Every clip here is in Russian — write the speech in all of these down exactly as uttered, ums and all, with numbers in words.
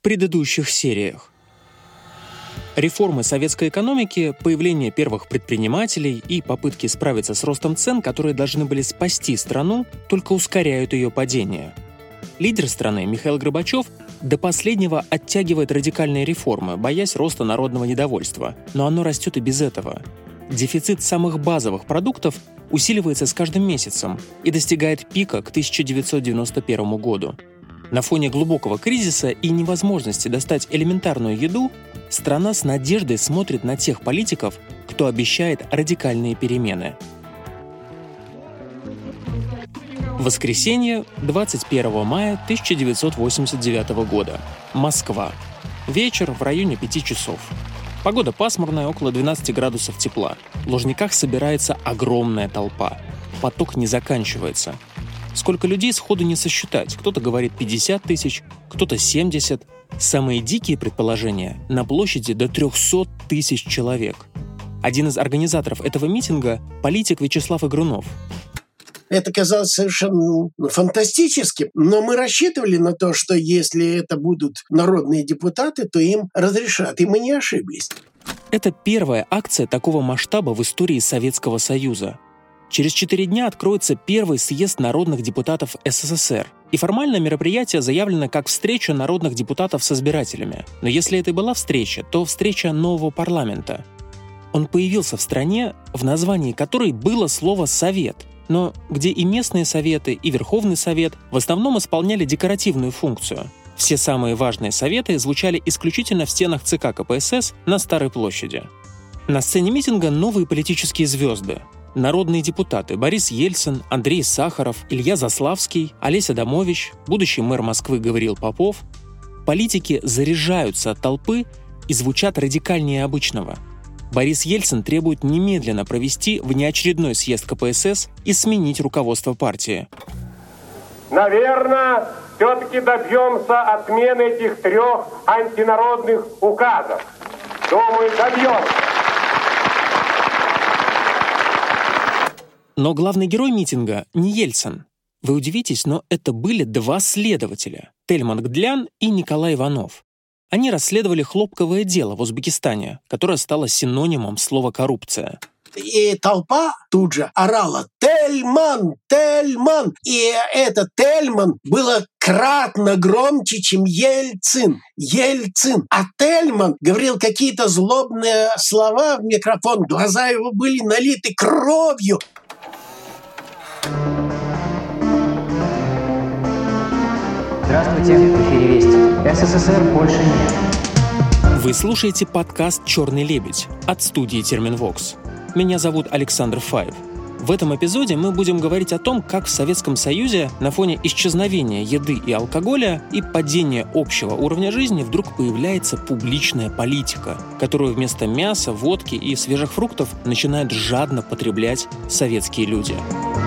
предыдущих сериях. Реформы советской экономики, появление первых предпринимателей и попытки справиться с ростом цен, которые должны были спасти страну, только ускоряют ее падение. Лидер страны Михаил Горбачев до последнего оттягивает радикальные реформы, боясь роста народного недовольства, но оно растет и без этого. Дефицит самых базовых продуктов усиливается с каждым месяцем и достигает пика к тысяча девятьсот девяносто первому году. На фоне глубокого кризиса и невозможности достать элементарную еду, страна с надеждой смотрит на тех политиков, кто обещает радикальные перемены. Воскресенье, двадцать первого мая тысяча девятьсот восемьдесят девятого года. Москва. Вечер в районе пяти часов. Погода пасмурная, около двенадцати градусов тепла. В Лужниках собирается огромная толпа. Поток не заканчивается. Сколько людей сходу не сосчитать. Кто-то говорит пятьдесят тысяч, кто-то семьдесят. Самые дикие предположения — на площади до трехсот тысяч человек. Один из организаторов этого митинга — политик Вячеслав Игрунов. Это казалось совершенно фантастическим, но мы рассчитывали на то, что если это будут народные депутаты, то им разрешат, и мы не ошиблись. Это первая акция такого масштаба в истории Советского Союза. Через четыре дня откроется первый съезд народных депутатов СССР, и формально мероприятие заявлено как встреча народных депутатов с избирателями. Но если это и была встреча, то встреча нового парламента. Он появился в стране, в названии которой было слово «совет», но где и местные советы, и Верховный Совет в основном исполняли декоративную функцию. Все самые важные советы звучали исключительно в стенах ЦК КПСС на Старой площади. На сцене митинга новые политические звезды. Народные депутаты Борис Ельцин, Андрей Сахаров, Илья Заславский, Олесь Адамович, будущий мэр Москвы Гавриил Попов. Политики заряжаются от толпы и звучат радикальнее обычного. Борис Ельцин требует немедленно провести внеочередной съезд КПСС и сменить руководство партии. Наверное, все-таки добьемся отмены этих трех антинародных указов. Думаю, добьемся. Но главный герой митинга не Ельцин. Вы удивитесь, но это были два следователя – Тельман Гдлян и Николай Иванов. Они расследовали хлопковое дело в Узбекистане, которое стало синонимом слова «коррупция». И толпа тут же орала «Тельман! Тельман!» И это «Тельман» было кратно громче, чем Ельцин. Ельцин. А Тельман говорил какие-то злобные слова в микрофон. Глаза его были налиты кровью. Здравствуйте, в эфире Вести. СССР больше нет. Вы слушаете подкаст «Черный лебедь» от студии Терминвокс. Меня зовут Александр Фаев. В этом эпизоде мы будем говорить о том, как в Советском Союзе на фоне исчезновения еды и алкоголя и падения общего уровня жизни вдруг появляется публичная политика, которую вместо мяса, водки и свежих фруктов начинают жадно потреблять советские люди.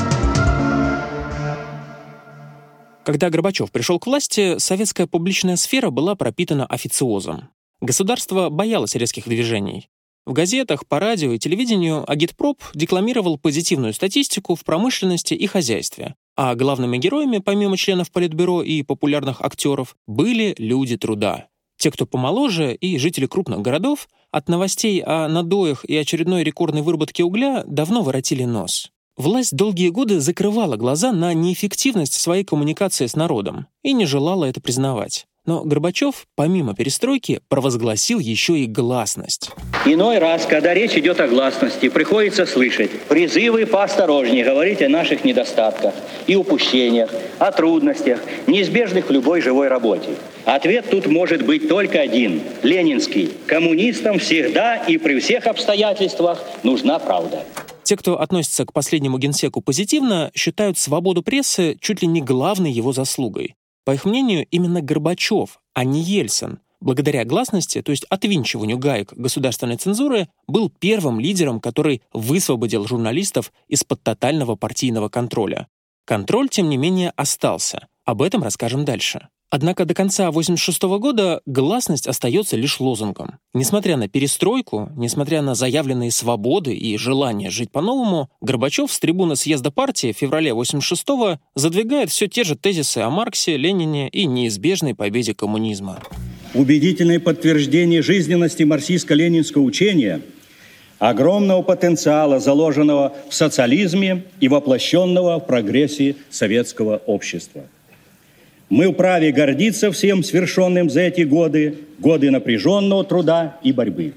Когда Горбачев пришел к власти, советская публичная сфера была пропитана официозом. Государство боялось резких движений. В газетах, по радио и телевидению агитпроп декламировал позитивную статистику в промышленности и хозяйстве. А главными героями, помимо членов Политбюро и популярных актеров, были люди труда. Те, кто помоложе, и жители крупных городов, от новостей о надоях и очередной рекордной выработке угля давно воротили нос. Власть долгие годы закрывала глаза на неэффективность своей коммуникации с народом и не желала это признавать. Но Горбачев, помимо перестройки, провозгласил еще и гласность. Иной раз, когда речь идет о гласности, приходится слышать призывы поосторожнее говорить о наших недостатках и упущениях, о трудностях, неизбежных в любой живой работе. Ответ тут может быть только один – ленинский. Коммунистам всегда и при всех обстоятельствах нужна правда. Те, кто относится к последнему генсеку позитивно, считают свободу прессы чуть ли не главной его заслугой. По их мнению, именно Горбачев, а не Ельцин, благодаря гласности, то есть отвинчиванию гаек государственной цензуры, был первым лидером, который высвободил журналистов из-под тотального партийного контроля. Контроль, тем не менее, остался. Об этом расскажем дальше. Однако до конца восемьдесят шестого года гласность остается лишь лозунгом. Несмотря на перестройку, несмотря на заявленные свободы и желание жить по-новому, Горбачев с трибуны съезда партии в феврале восемьдесят шестого задвигает все те же тезисы о Марксе, Ленине и неизбежной победе коммунизма. убедительное подтверждение жизненности марксистско-ленинского учения, огромного потенциала, заложенного в социализме и воплощенного в прогрессе советского общества. Мы вправе гордиться всем свершенным за эти годы, годы напряженного труда и борьбы.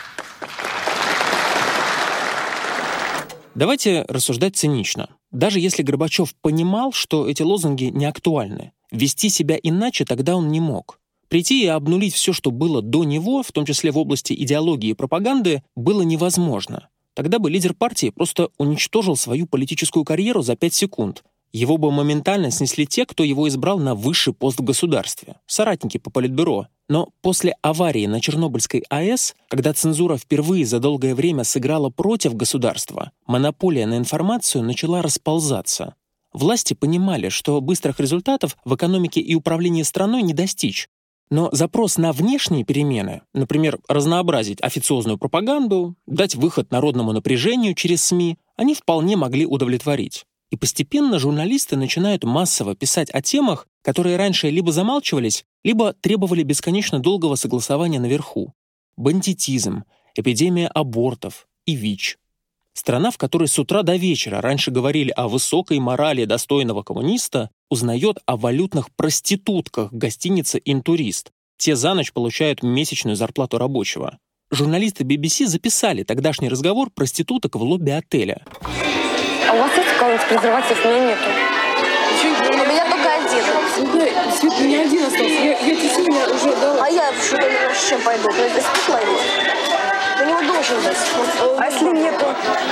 Давайте рассуждать цинично. Даже если Горбачев понимал, что эти лозунги не актуальны, вести себя иначе тогда он не мог. Прийти и обнулить все, что было до него, в том числе в области идеологии и пропаганды, было невозможно. Тогда бы лидер партии просто уничтожил свою политическую карьеру за пять секунд. Его бы моментально снесли те, кто его избрал на высший пост в государстве, соратники по политбюро. Но после аварии на Чернобыльской АЭС, когда цензура впервые за долгое время сыграла против государства, монополия на информацию начала расползаться. Власти понимали, что быстрых результатов в экономике и управлении страной не достичь. Но запрос на внешние перемены, например, разнообразить официозную пропаганду, дать выход народному напряжению через СМИ, они вполне могли удовлетворить. И постепенно журналисты начинают массово писать о темах, которые раньше либо замалчивались, либо требовали бесконечно долгого согласования наверху. Бандитизм, эпидемия абортов и ВИЧ. Страна, в которой с утра до вечера раньше говорили о высокой морали достойного коммуниста, узнает о валютных проститутках в гостинице «Интурист». Те за ночь получают месячную зарплату рабочего. Журналисты би би си записали тогдашний разговор проституток в лобби отеля. А у вас есть какой-нибудь презерватив? У меня нету. У меня только один. Свет, у меня один остался. Я, я тебе сегодня уже дала. А я что-то не с чем пойду. То есть без пойду. У него должен быть. А если нету?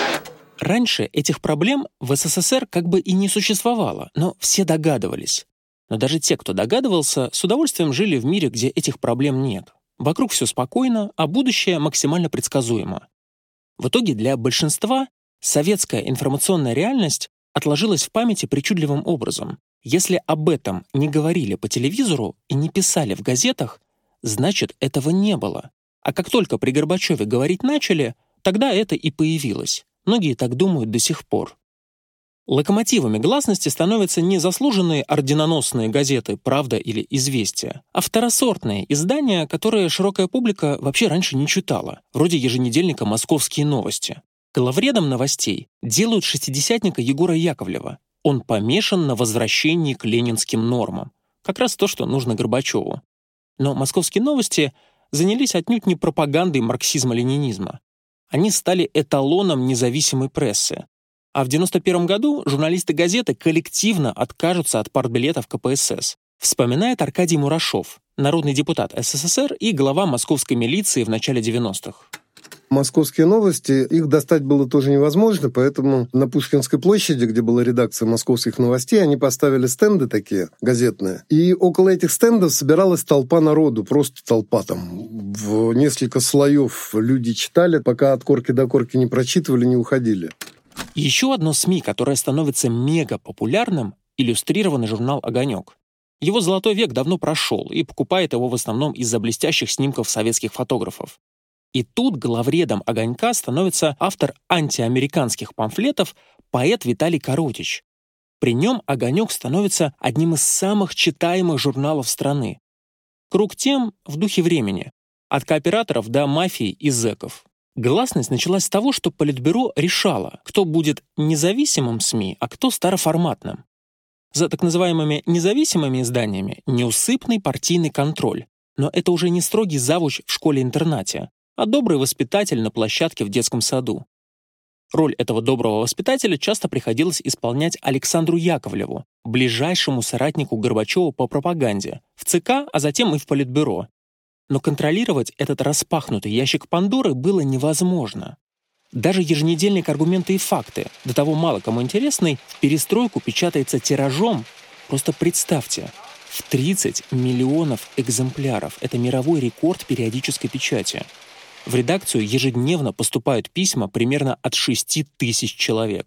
Раньше этих проблем в эс эс эс эр как бы и не существовало, но все догадывались. Но даже те, кто догадывался, с удовольствием жили в мире, где этих проблем нет. Вокруг все спокойно, а будущее максимально предсказуемо. В итоге для большинства советская информационная реальность отложилась в памяти причудливым образом. Если об этом не говорили по телевизору и не писали в газетах, значит, этого не было. А как только при Горбачеве говорить начали, тогда это и появилось. Многие так думают до сих пор. Локомотивами гласности становятся не заслуженные орденоносные газеты «Правда» или «Известия», а второсортные издания, которые широкая публика вообще раньше не читала, вроде еженедельника «Московские новости». Главредом новостей делают шестидесятника Егора Яковлева. Он помешан на возвращении к ленинским нормам. Как раз то, что нужно Горбачеву. Но «Московские новости» занялись отнюдь не пропагандой марксизма-ленинизма. Они стали эталоном независимой прессы. А в девяносто первом году журналисты газеты коллективно откажутся от партбилетов ка пэ эс эс, вспоминает Аркадий Мурашов, народный депутат эс эс эс эр и глава московской милиции в начале девяностых. «Московские новости», их достать было тоже невозможно, поэтому на Пушкинской площади, где была редакция «Московских новостей», они поставили стенды такие, газетные. И около этих стендов собиралась толпа народу, просто толпа там, в несколько слоев. Люди читали, пока от корки до корки не прочитывали, не уходили. Еще одно СМИ, которое становится мега-популярным, иллюстрированный журнал «Огонек». Его золотой век давно прошел, и покупает его в основном из-за блестящих снимков советских фотографов. И тут главредом «Огонька» становится автор антиамериканских памфлетов, поэт Виталий Коротич. При нем «Огонек» становится одним из самых читаемых журналов страны. Круг тем в духе времени, от кооператоров до мафии и зэков. Гласность началась с того, что Политбюро решало, кто будет независимым СМИ, а кто староформатным. За так называемыми независимыми изданиями неусыпный партийный контроль, но это уже не строгий завуч в школе-интернате, а добрый воспитатель на площадке в детском саду. Роль этого доброго воспитателя часто приходилось исполнять Александру Яковлеву, ближайшему соратнику Горбачева по пропаганде, в ЦК, а затем и в Политбюро. Но контролировать этот распахнутый ящик Пандоры было невозможно. Даже еженедельник «Аргументы и факты», до того мало кому интересный, в перестройку печатается тиражом, просто представьте, в тридцать миллионов экземпляров. Это мировой рекорд периодической печати. В редакцию ежедневно поступают письма примерно от шести тысяч человек.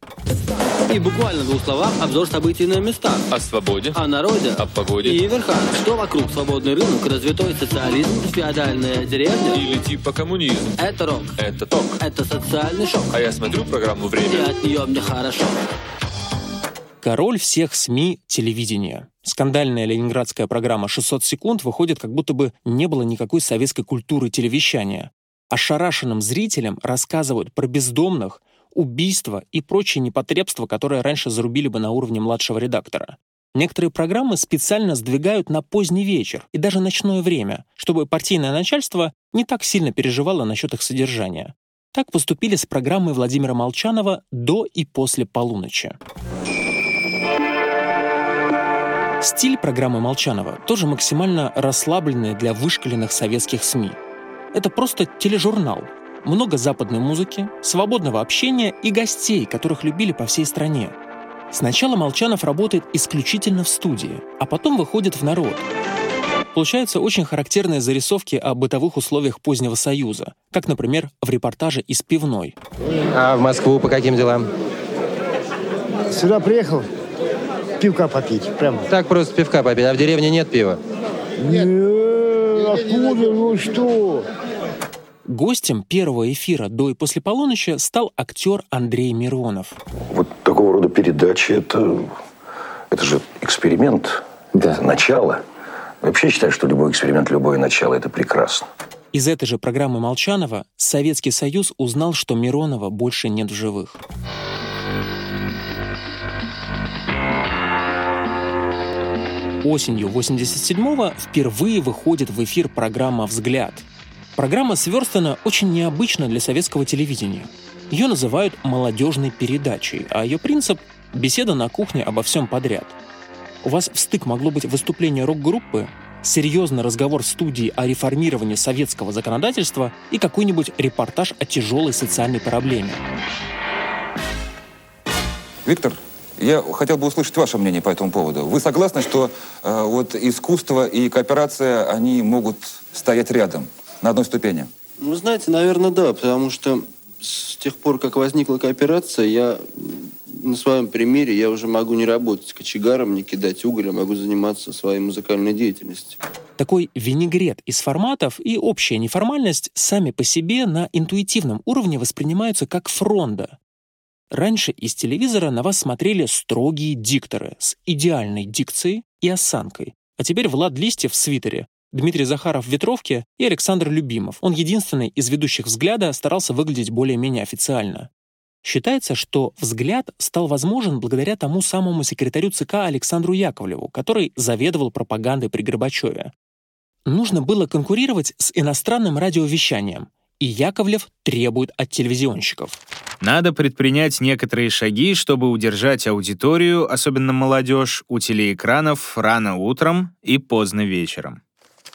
И буквально в двух словах обзор событий на местах. О свободе, о народе, о погоде и верхах. Что вокруг? Свободный рынок, развитой социализм, феодальная деревня. Или типа коммунизм. Это рок. Это ток. Это социальный шок. А я смотрю программу «Время». И от нее мне хорошо. Король всех СМИ — телевидение. Скандальная ленинградская программа «шестьсот секунд» выходит, как будто бы не было никакой советской культуры телевещания. Ошарашенным зрителям рассказывают про бездомных, убийства и прочие непотребства, которые раньше зарубили бы на уровне младшего редактора. Некоторые программы специально сдвигают на поздний вечер и даже ночное время, чтобы партийное начальство не так сильно переживало насчет их содержания. Так поступили с программой Владимира Молчанова «До и после полуночи». Стиль программы Молчанова тоже максимально расслабленный для вышкаленных советских СМИ. Это просто тележурнал. Много западной музыки, свободного общения и гостей, которых любили по всей стране. Сначала Молчанов работает исключительно в студии, а потом выходит в народ. Получаются очень характерные зарисовки о бытовых условиях позднего Союза, как, например, в репортаже из пивной. А в Москву по каким делам? Сюда приехал пивка попить. Прям. Так просто пивка попить, а в деревне нет пива? Нет. Откуда? Ну что? Гостем первого эфира «До и после полуночи» стал актер Андрей Миронов. Вот такого рода передачи это, это же эксперимент, да. Это начало. Вообще считаю, что любой эксперимент, любое начало – это прекрасно. Из этой же программы Молчанова Советский Союз узнал, что Миронова больше нет в живых. Осенью восемьдесят седьмого впервые выходит в эфир программа «Взгляд». Программа сверстана очень необычно для советского телевидения. Ее называют молодежной передачей, а ее принцип – беседа на кухне обо всем подряд. У вас в стык могло быть выступление рок-группы, серьезный разговор в студии о реформировании советского законодательства и какой-нибудь репортаж о тяжелой социальной проблеме. Виктор, я хотел бы услышать ваше мнение по этому поводу. Вы согласны, что э, вот искусство и кооперация, они могут стоять рядом, на одной ступени? Ну, знаете, наверное, да, потому что с тех пор, как возникла кооперация, я на своем примере я уже могу не работать кочегаром, не кидать уголь, а могу заниматься своей музыкальной деятельностью. Такой винегрет из форматов и общая неформальность сами по себе на интуитивном уровне воспринимаются как фронда. Раньше из телевизора на вас смотрели строгие дикторы с идеальной дикцией и осанкой. А теперь Влад Листьев в свитере, Дмитрий Захаров в ветровке и Александр Любимов. Он единственный из ведущих «Взгляда» старался выглядеть более-менее официально. Считается, что «Взгляд» стал возможен благодаря тому самому секретарю ЦК Александру Яковлеву, который заведовал пропагандой при Горбачеве. Нужно было конкурировать с иностранным радиовещанием, и Яковлев требует от телевизионщиков. Надо предпринять некоторые шаги, чтобы удержать аудиторию, особенно молодежь, у телеэкранов рано утром и поздно вечером.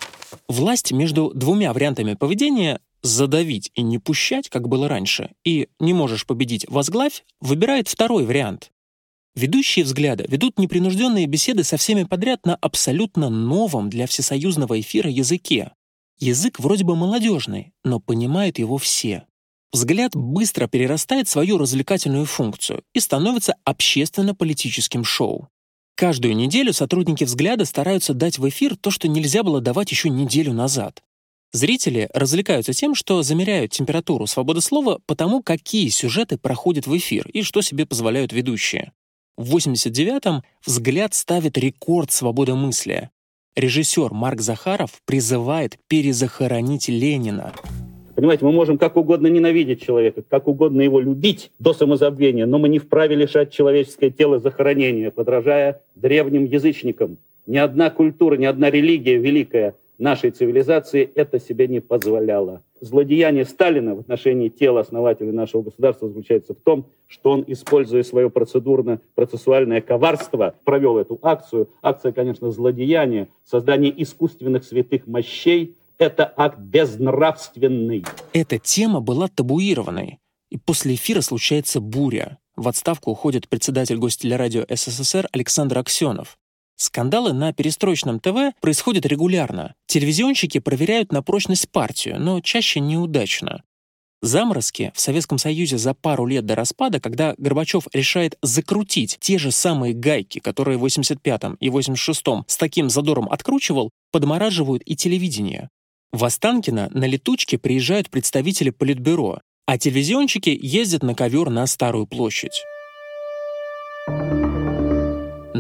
Власть между двумя вариантами поведения — задавить и не пущать, как было раньше, и не можешь победить — возглавь, выбирает второй вариант. Ведущие «Взгляда» ведут непринужденные беседы со всеми подряд на абсолютно новом для всесоюзного эфира языке. Язык вроде бы молодежный, но понимают его все. «Взгляд» быстро перерастает свою развлекательную функцию и становится общественно-политическим шоу. Каждую неделю сотрудники «Взгляда» стараются дать в эфир то, что нельзя было давать еще неделю назад. Зрители развлекаются тем, что замеряют температуру свободы слова по тому, какие сюжеты проходят в эфир и что себе позволяют ведущие. В восемьдесят девятом «Взгляд» ставит рекорд свободы мысли. Режиссер Марк Захаров призывает перезахоронить Ленина. Понимаете, мы можем как угодно ненавидеть человека, как угодно его любить до самозабвения, но мы не вправе лишать человеческое тело захоронения, подражая древним язычникам. Ни одна культура, ни одна религия великая нашей цивилизации это себе не позволяла. Злодеяние Сталина в отношении тела основателя нашего государства заключается в том, что он, используя свое процедурно-процессуальное коварство, провел эту акцию. Акция, конечно, злодеяния, создание искусственных святых мощей – это акт безнравственный. Эта тема была табуированной, и после эфира случается буря. В отставку уходит председатель Гостелерадио СССР Александр Аксенов. Скандалы на перестроечном ТВ происходят регулярно. Телевизионщики проверяют на прочность партию, но чаще неудачно. Заморозки в Советском Союзе за пару лет до распада, когда Горбачев решает закрутить те же самые гайки, которые в восемьдесят пятом и восемьдесят шестом с таким задором откручивал, подмораживают и телевидение. В Останкино на летучке приезжают представители Политбюро, а телевизионщики ездят на ковер на Старую площадь.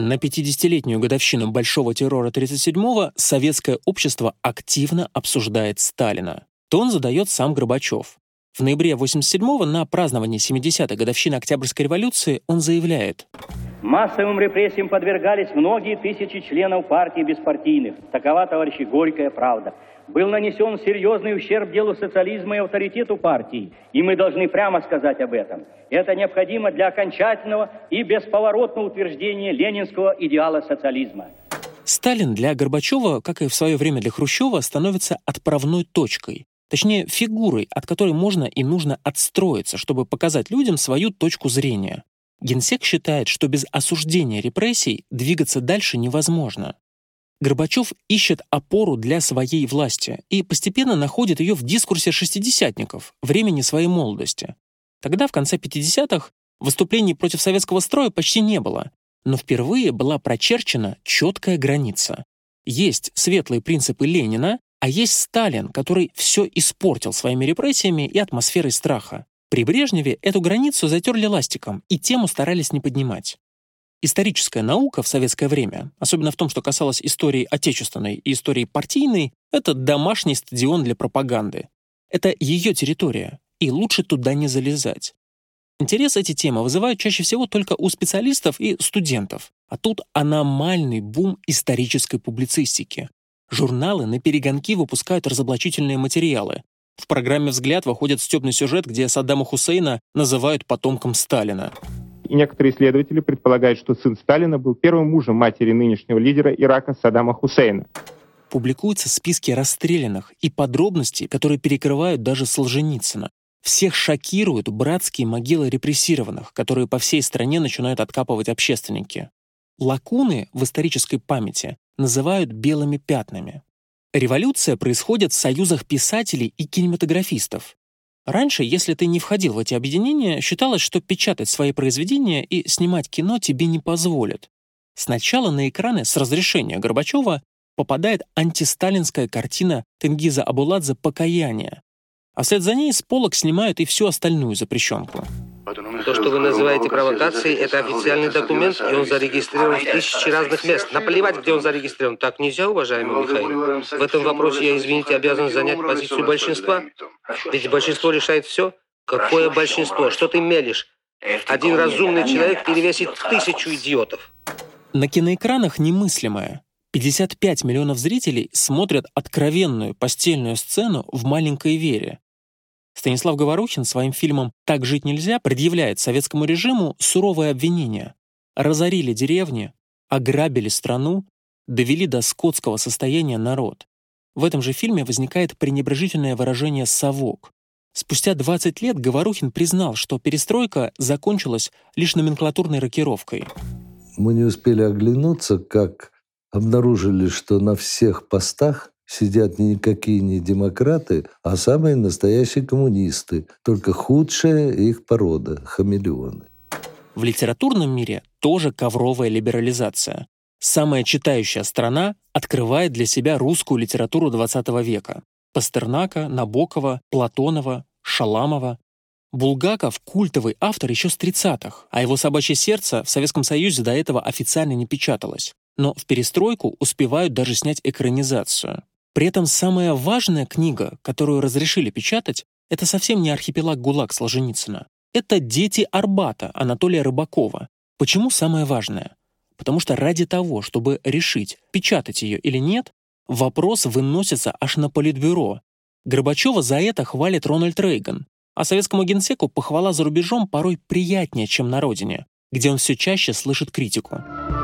На пятидесятилетнюю годовщину Большого террора тридцать седьмого советское общество активно обсуждает Сталина. Тон задает сам Горбачев. В ноябре восемьдесят седьмого на праздновании семидесятой годовщины Октябрьской революции он заявляет: «Массовым репрессиям подвергались многие тысячи членов партии беспартийных. Такова, товарищи, горькая правда. Был нанесен серьезный ущерб делу социализма и авторитету партии, и мы должны прямо сказать об этом. Это необходимо для окончательного и бесповоротного утверждения ленинского идеала социализма». Сталин для Горбачева, как и в свое время для Хрущева, становится отправной точкой. Точнее, фигурой, от которой можно и нужно отстроиться, чтобы показать людям свою точку зрения. Генсек считает, что без осуждения репрессий двигаться дальше невозможно. Горбачев ищет опору для своей власти и постепенно находит ее в дискурсе шестидесятников, времени своей молодости. Тогда, в конце пятидесятых, выступлений против советского строя почти не было, но впервые была прочерчена четкая граница. Есть светлые принципы Ленина, а есть Сталин, который все испортил своими репрессиями и атмосферой страха. При Брежневе эту границу затерли ластиком и тему старались не поднимать. Историческая наука в советское время, особенно в том, что касалось истории отечественной и истории партийной, это домашний стадион для пропаганды. Это ее территория, и лучше туда не залезать. Интерес эти темы вызывают чаще всего только у специалистов и студентов, а тут аномальный бум исторической публицистики. Журналы наперегонки выпускают разоблачительные материалы. В программе «Взгляд» выходит стебный сюжет, где Саддама Хусейна называют потомком Сталина. И некоторые исследователи предполагают, что сын Сталина был первым мужем матери нынешнего лидера Ирака Саддама Хусейна. Публикуются списки расстрелянных и подробности, которые перекрывают даже Солженицына. Всех шокируют братские могилы репрессированных, которые по всей стране начинают откапывать общественники. Лакуны в исторической памяти называют белыми пятнами. Революция происходит в союзах писателей и кинематографистов. Раньше, если ты не входил в эти объединения, считалось, что печатать свои произведения и снимать кино тебе не позволят. Сначала на экраны с разрешения Горбачева попадает антисталинская картина Тенгиза Абуладзе «Покаяние», а вслед за ней с полок снимают и всю остальную запрещенку. То, что вы называете провокацией, это официальный документ, и он зарегистрирован в тысячи разных мест. Наплевать, где он зарегистрирован. Так нельзя, уважаемый Михаил. В этом вопросе я, извините, обязан занять позицию большинства. Ведь большинство решает все. Какое большинство? Что ты мелешь? Один разумный человек перевесит тысячу идиотов. На киноэкранах немыслимое. пятьдесят пять миллионов зрителей смотрят откровенную постельную сцену в «Маленькой Вере». Станислав Говорухин своим фильмом «Так жить нельзя» предъявляет советскому режиму суровое обвинение. Разорили деревни, ограбили страну, довели до скотского состояния народ. В этом же фильме возникает пренебрежительное выражение «совок». Спустя двадцать лет Говорухин признал, что перестройка закончилась лишь номенклатурной рокировкой. Мы не успели оглянуться, как обнаружили, что на всех постах сидят никакие не демократы, а самые настоящие коммунисты, только худшая их порода – хамелеоны. В литературном мире тоже ковровая либерализация. Самая читающая страна открывает для себя русскую литературу двадцатого века. Пастернака, Набокова, Платонова, Шаламова. Булгаков – культовый автор еще с тридцатых, а его «Собачье сердце» в Советском Союзе до этого официально не печаталось. Но в перестройку успевают даже снять экранизацию. При этом самая важная книга, которую разрешили печатать, это совсем не «Архипелаг ГУЛАГ» Солженицына. Это «Дети Арбата» Анатолия Рыбакова. Почему самое важное? Потому что ради того, чтобы решить, печатать ее или нет, вопрос выносится аж на Политбюро. Горбачева за это хвалит Рональд Рейган, а советскому генсеку похвала за рубежом порой приятнее, чем на родине, где он все чаще слышит критику.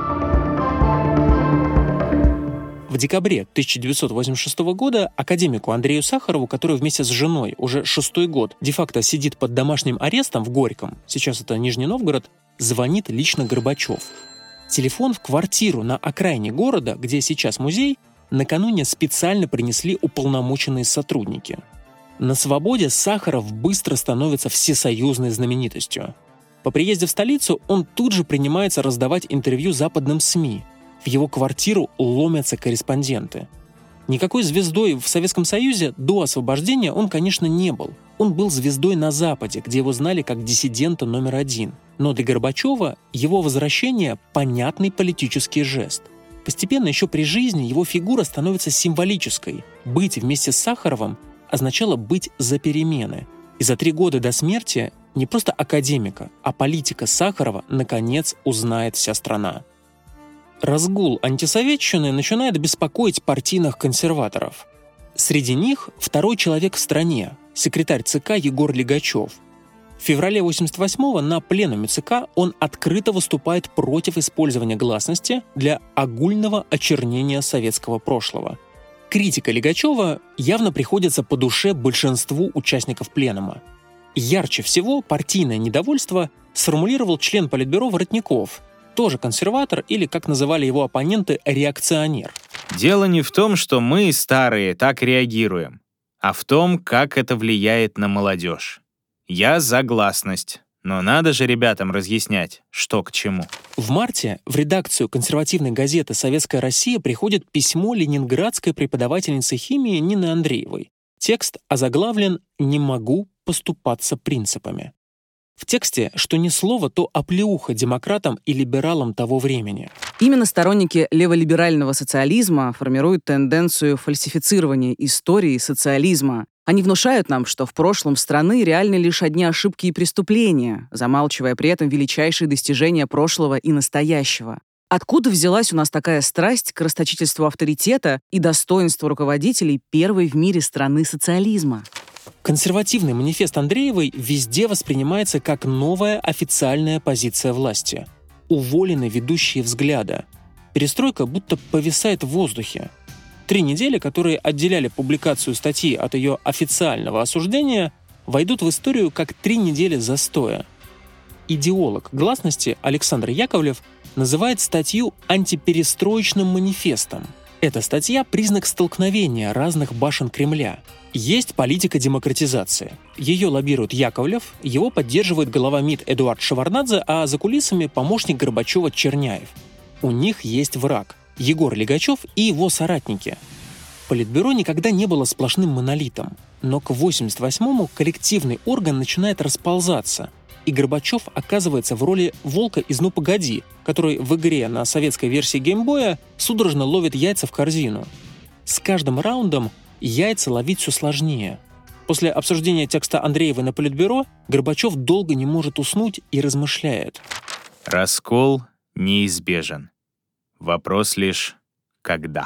В декабре тысяча девятьсот восемьдесят шестого года академику Андрею Сахарову, который вместе с женой уже шестой год де-факто сидит под домашним арестом в Горьком, сейчас это Нижний Новгород, звонит лично Горбачев. Телефон в квартиру на окраине города, где сейчас музей, накануне специально принесли уполномоченные сотрудники. На свободе Сахаров быстро становится всесоюзной знаменитостью. По приезде в столицу он тут же принимается раздавать интервью западным СМИ. В его квартиру ломятся корреспонденты. Никакой звездой в Советском Союзе до освобождения он, конечно, не был. Он был звездой на Западе, где его знали как диссидента номер один. Но для Горбачева его возвращение – понятный политический жест. Постепенно еще при жизни его фигура становится символической. Быть вместе с Сахаровым означало быть за перемены. И за три года до смерти не просто академика, а политика Сахарова наконец узнает вся страна. Разгул антисоветчины начинает беспокоить партийных консерваторов. Среди них второй человек в стране, секретарь ЦК Егор Лигачев. В феврале восемьдесят восьмого на пленуме ЦК он открыто выступает против использования гласности для огульного очернения советского прошлого. Критика Лигачева явно приходится по душе большинству участников пленума. Ярче всего партийное недовольство сформулировал член Политбюро Воротников, тоже консерватор или, как называли его оппоненты, реакционер. Дело не в том, что мы, старые, так реагируем, а в том, как это влияет на молодежь. Я за гласность, но надо же ребятам разъяснять, что к чему. В марте в редакцию консервативной газеты «Советская Россия» приходит письмо ленинградской преподавательницы химии Нины Андреевой. Текст озаглавлен «Не могу поступаться принципами». В тексте, что ни слова, то оплеуха демократам и либералам того времени. Именно сторонники леволиберального социализма формируют тенденцию фальсифицирования истории социализма. Они внушают нам, что в прошлом страны реальны лишь одни ошибки и преступления, замалчивая при этом величайшие достижения прошлого и настоящего. Откуда взялась у нас такая страсть к расточительству авторитета и достоинству руководителей первой в мире страны социализма? Консервативный манифест Андреевой везде воспринимается как новая официальная позиция власти. Уволены ведущие взгляда. Перестройка будто повисает в воздухе. Три недели, которые отделяли публикацию статьи от ее официального осуждения, войдут в историю как три недели застоя. Идеолог гласности Александр Яковлев называет статью антиперестроечным манифестом. Эта статья – признак столкновения разных башен Кремля. Есть политика демократизации. Ее лоббирует Яковлев, его поддерживает глава МИД Эдуард Шеварднадзе, а за кулисами помощник Горбачева Черняев. У них есть враг – Егор Лигачев и его соратники. Политбюро никогда не было сплошным монолитом, но к восемьдесят восьмому коллективный орган начинает расползаться, и Горбачев оказывается в роли волка из «Ну погоди», который в игре на советской версии геймбоя судорожно ловит яйца в корзину. С каждым раундом яйца ловить все сложнее. После обсуждения текста Андреевой на Политбюро Горбачев долго не может уснуть и размышляет. Раскол неизбежен. Вопрос лишь «когда?».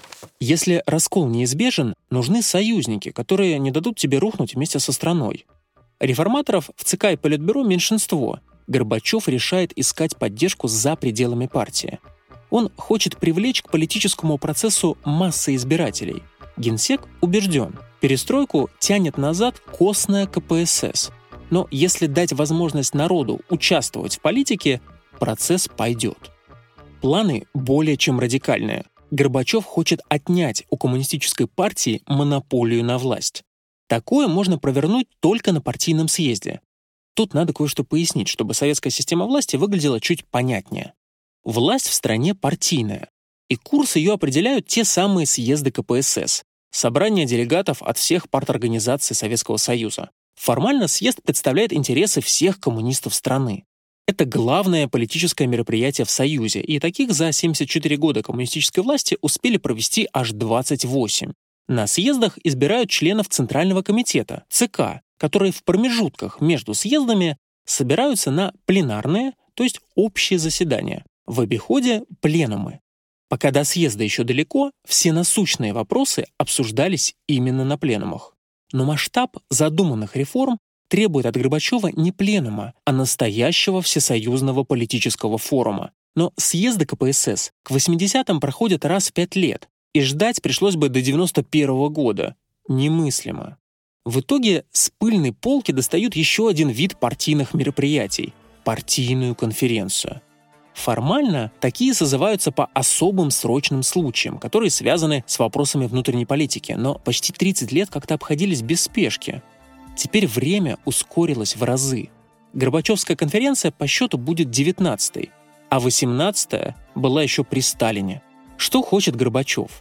Если раскол неизбежен, нужны союзники, которые не дадут тебе рухнуть вместе со страной. Реформаторов в ЦК и Политбюро меньшинство. Горбачев решает искать поддержку за пределами партии. Он хочет привлечь к политическому процессу массы избирателей. Генсек убежден, перестройку тянет назад костная ка пэ эс эс. Но если дать возможность народу участвовать в политике, процесс пойдет. Планы более чем радикальные. Горбачев хочет отнять у коммунистической партии монополию на власть. Такое можно провернуть только на партийном съезде. Тут надо кое-что пояснить, чтобы советская система власти выглядела чуть понятнее. Власть в стране партийная, и курс ее определяют те самые съезды ка пэ эс эс, собрание делегатов от всех парторганизаций Советского Союза. Формально съезд представляет интересы всех коммунистов страны. Это главное политическое мероприятие в Союзе, и таких за семьдесят четыре года коммунистической власти успели провести аж двадцать восемь. На съездах избирают членов Центрального комитета, ЦК, которые в промежутках между съездами собираются на пленарные, то есть общие заседания. В обиходе – пленумы. Пока до съезда еще далеко, все насущные вопросы обсуждались именно на пленумах. Но масштаб задуманных реформ требует от Горбачева не пленума, а настоящего всесоюзного политического форума. Но съезды ка пэ эс эс к восьмидесятым проходят раз в пять лет, и ждать пришлось бы до девяносто первого года. Немыслимо. В итоге с пыльной полки достают еще один вид партийных мероприятий – партийную конференцию. Формально такие созываются по особым срочным случаям, которые связаны с вопросами внутренней политики, но почти тридцать лет как-то обходились без спешки. Теперь время ускорилось в разы. Горбачевская конференция по счету будет девятнадцатой, а восемнадцатая была еще при Сталине. Что хочет Горбачев?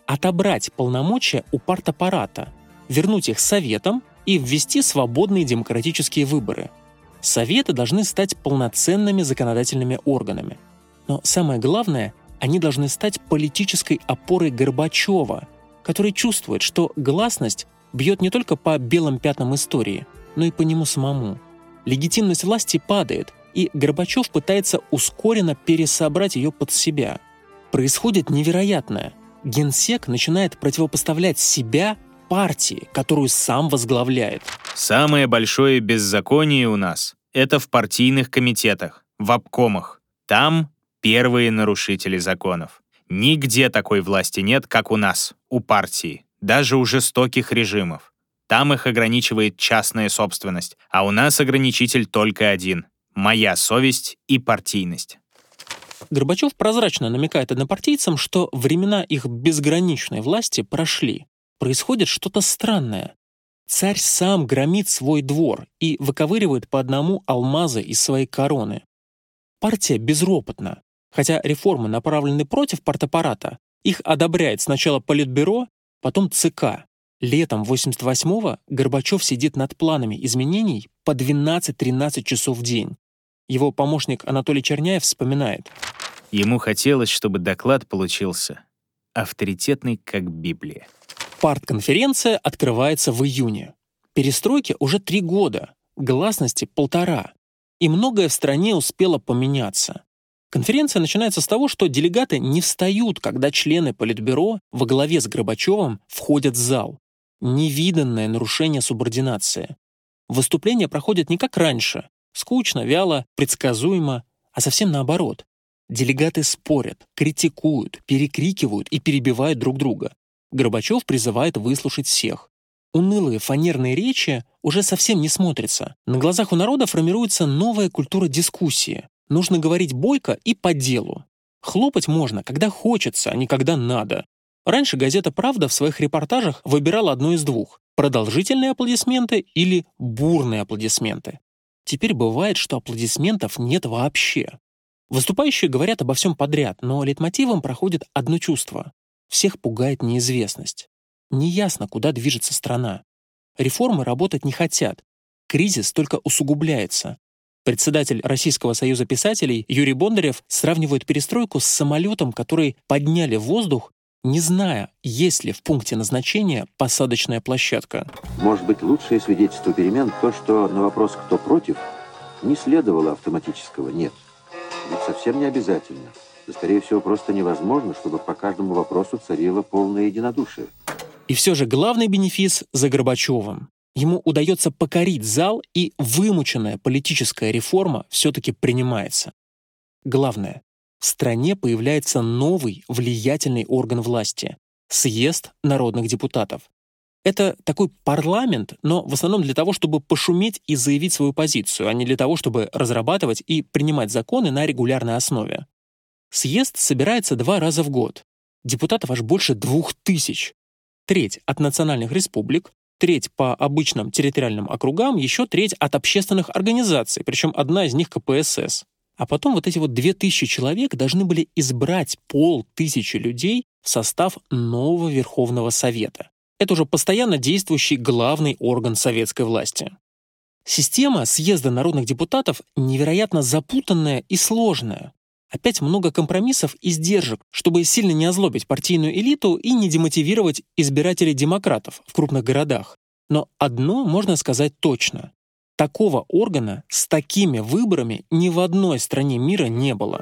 отобрать полномочия у партаппарата, вернуть их советам и ввести свободные демократические выборы. Советы должны стать полноценными законодательными органами. Но самое главное, они должны стать политической опорой Горбачева, который чувствует, что гласность бьет не только по белым пятнам истории, но и по нему самому. Легитимность власти падает, и Горбачев пытается ускоренно пересобрать ее под себя. Происходит невероятное. Генсек начинает противопоставлять себя партии, которую сам возглавляет. Самое большое беззаконие у нас — это в партийных комитетах, в обкомах. Там первые нарушители законов. Нигде такой власти нет, как у нас, у партии, даже у жестоких режимов. Там их ограничивает частная собственность, а у нас ограничитель только один — моя совесть и партийность. Горбачев прозрачно намекает однопартийцам, что времена их безграничной власти прошли. Происходит что-то странное. Царь сам громит свой двор и выковыривает по одному алмазы из своей короны. Партия безропотна. Хотя реформы направлены против партаппарата, их одобряет сначала Политбюро, потом ЦК. Летом восемьдесят восьмого Горбачев сидит над планами изменений по двенадцать-тринадцать часов в день. Его помощник Анатолий Черняев вспоминает. Ему хотелось, чтобы доклад получился авторитетный, как Библия. Партконференция открывается в июне. Перестройке уже три года, гласности полтора. И многое в стране успело поменяться. Конференция начинается с того, что делегаты не встают, когда члены Политбюро во главе с Горбачевым входят в зал. Невиданное нарушение субординации. Выступления проходят не как раньше. Скучно, вяло, предсказуемо, а совсем наоборот. Делегаты спорят, критикуют, перекрикивают и перебивают друг друга. Горбачев призывает выслушать всех. Унылые фанерные речи уже совсем не смотрятся. На глазах у народа формируется новая культура дискуссии. Нужно говорить бойко и по делу. Хлопать можно, когда хочется, а не когда надо. Раньше газета «Правда» в своих репортажах выбирала одно из двух – продолжительные аплодисменты или бурные аплодисменты. Теперь бывает, что аплодисментов нет вообще. Выступающие говорят обо всем подряд, но лейтмотивом проходит одно чувство. Всех пугает неизвестность. Неясно, куда движется страна. Реформы работать не хотят. Кризис только усугубляется. Председатель Российского союза писателей Юрий Бондарев сравнивает перестройку с самолетом, который подняли в воздух, не зная, есть ли в пункте назначения посадочная площадка. Может быть, лучшее свидетельство перемен то, что на вопрос «кто против?» не следовало автоматического «нет». Ведь совсем не обязательно. Да, скорее всего, просто невозможно, чтобы по каждому вопросу царило полное единодушие. И все же главный бенефис за Горбачевым. Ему удается покорить зал, и вымученная политическая реформа все-таки принимается. Главное, в стране появляется новый влиятельный орган власти – съезд народных депутатов. Это такой парламент, но в основном для того, чтобы пошуметь и заявить свою позицию, а не для того, чтобы разрабатывать и принимать законы на регулярной основе. Съезд собирается два раза в год. Депутатов аж больше двух тысяч. Треть от национальных республик, треть по обычным территориальным округам, еще треть от общественных организаций, причем одна из них ка пэ эс эс. А потом вот эти вот две тысячи человек должны были избрать полтысячи людей в состав нового Верховного Совета. Это уже постоянно действующий главный орган советской власти. Система съезда народных депутатов невероятно запутанная и сложная. Опять много компромиссов и сдержек, чтобы сильно не озлобить партийную элиту и не демотивировать избирателей демократов в крупных городах. Но одно можно сказать точно. Такого органа с такими выборами ни в одной стране мира не было.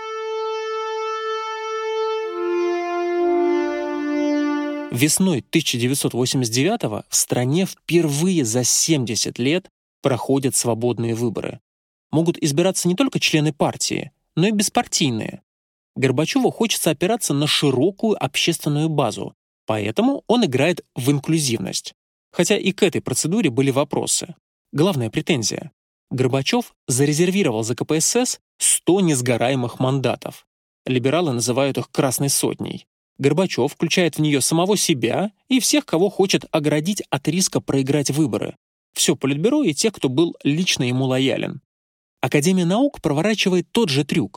Весной тысяча девятьсот восемьдесят девятого в стране впервые за семьдесят лет проходят свободные выборы. Могут избираться не только члены партии, но и беспартийные. Горбачеву хочется опираться на широкую общественную базу, поэтому он играет в инклюзивность. Хотя и к этой процедуре были вопросы. Главная претензия. Горбачев зарезервировал за ка пэ эс эс сто несгораемых мандатов. Либералы называют их «красной сотней». Горбачев включает в нее самого себя и всех, кого хочет оградить от риска проиграть выборы. Все Политбюро и тех, кто был лично ему лоялен. Академия наук проворачивает тот же трюк.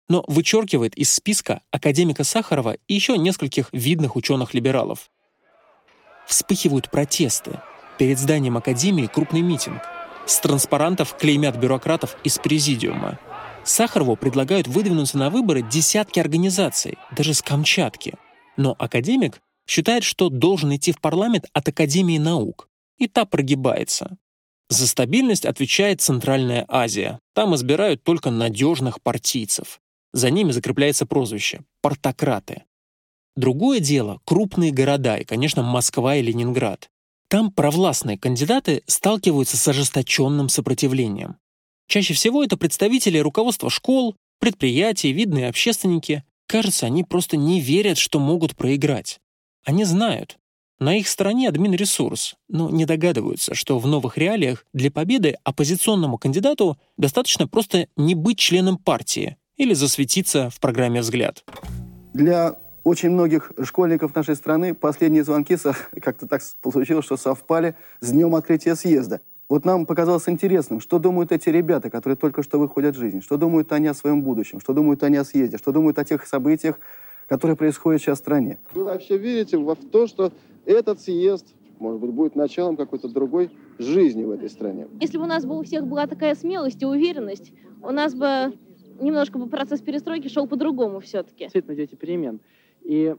но вычеркивает из списка академика Сахарова и еще нескольких видных ученых-либералов. Вспыхивают протесты. Перед зданием Академии крупный митинг. С транспарантов клеймят бюрократов из президиума. Сахарову предлагают выдвинуться на выборы десятки организаций, даже с Камчатки. Но академик считает, что должен идти в парламент от Академии наук. И та прогибается. За стабильность отвечает Центральная Азия. Там избирают только надежных партийцев. За ними закрепляется прозвище – «партократы». Другое дело – крупные города, и, конечно, Москва и Ленинград. Там провластные кандидаты сталкиваются с ожесточенным сопротивлением. Чаще всего это представители руководства школ, предприятий, видные общественники. Кажется, они просто не верят, что могут проиграть. Они знают, на их стороне админресурс, но не догадываются, что в новых реалиях для победы оппозиционному кандидату достаточно просто не быть членом партии или засветиться в программе «Взгляд». Для очень многих школьников нашей страны последние звонки как-то так получилось, что совпали с днем открытия съезда. Вот нам показалось интересным, что думают эти ребята, которые только что выходят в жизнь, что думают они о своем будущем, что думают они о съезде, что думают о тех событиях, которые происходят сейчас в стране. Вы вообще верите в то, что этот съезд, может быть, будет началом какой-то другой жизни в этой стране? Если бы у нас у всех была такая смелость и уверенность, у нас бы немножко бы процесс перестройки шел по-другому все-таки. Действительно, дети перемен. И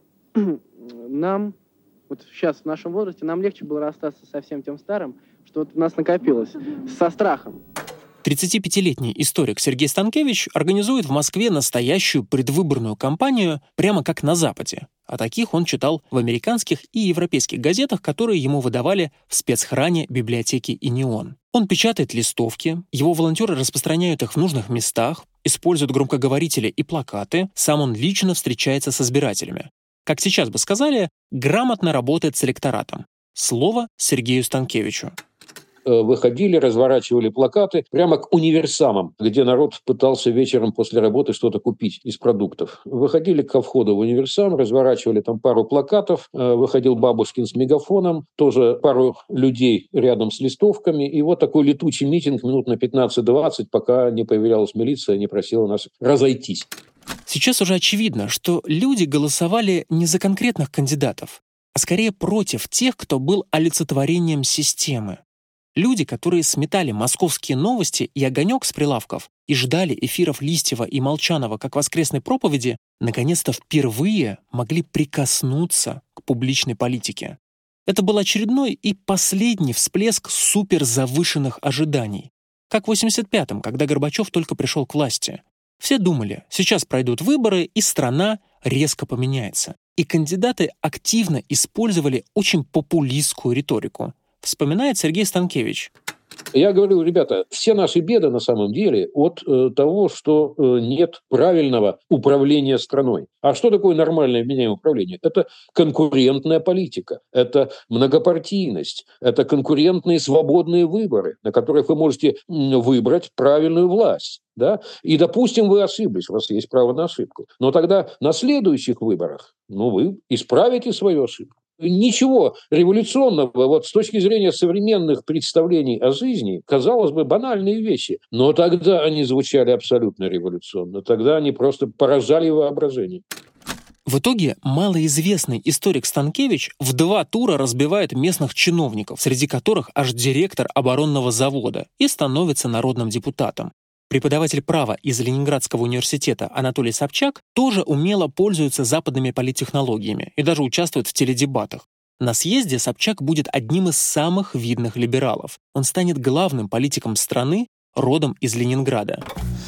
нам, вот сейчас в нашем возрасте, нам легче было расстаться со всем тем старым, что вот у нас накопилось, со страхом. тридцатипятилетний историк Сергей Станкевич организует в Москве настоящую предвыборную кампанию прямо как на Западе. О таких он читал в американских и европейских газетах, которые ему выдавали в спецхране библиотеки «Инеон». Он печатает листовки, его волонтеры распространяют их в нужных местах, используют громкоговорители и плакаты, сам он лично встречается с избирателями. Как сейчас бы сказали, грамотно работает с электоратом. Слово Сергею Станкевичу. Выходили, разворачивали плакаты прямо к универсамам, где народ пытался вечером после работы что-то купить из продуктов. Выходили ко входу в универсам, разворачивали там пару плакатов, выходил Бабушкин с мегафоном, тоже пару людей рядом с листовками, и вот такой летучий митинг минут на пятнадцать-двадцать, пока не появлялась милиция, не просила нас разойтись. Сейчас уже очевидно, что люди голосовали не за конкретных кандидатов, а скорее против тех, кто был олицетворением системы. Люди, которые сметали московские новости и огонек с прилавков и ждали эфиров Листьева и Молчанова как воскресной проповеди, наконец-то впервые могли прикоснуться к публичной политике. Это был очередной и последний всплеск суперзавышенных ожиданий. Как в восемьдесят пятом, когда Горбачев только пришел к власти. Все думали, сейчас пройдут выборы, и страна резко поменяется. И кандидаты активно использовали очень популистскую риторику. Вспоминает Сергей Станкевич. Я говорю, ребята, все наши беды на самом деле от э, того, что э, нет правильного управления страной. А что такое нормальное вменяемое управление? Это конкурентная политика, это многопартийность, это конкурентные свободные выборы, на которых вы можете выбрать правильную власть. Да? И, допустим, вы ошиблись, у вас есть право на ошибку. Но тогда на следующих выборах ну, вы исправите свою ошибку. Ничего революционного вот с точки зрения современных представлений о жизни, казалось бы, банальные вещи. Но тогда они звучали абсолютно революционно. Тогда они просто поражали воображение. В итоге малоизвестный историк Станкевич в два тура разбивает местных чиновников, среди которых аж директор оборонного завода, и становится народным депутатом. Преподаватель права из Ленинградского университета Анатолий Собчак тоже умело пользуется западными политтехнологиями и даже участвует в теледебатах. На съезде Собчак будет одним из самых видных либералов. Он станет главным политиком страны, родом из Ленинграда.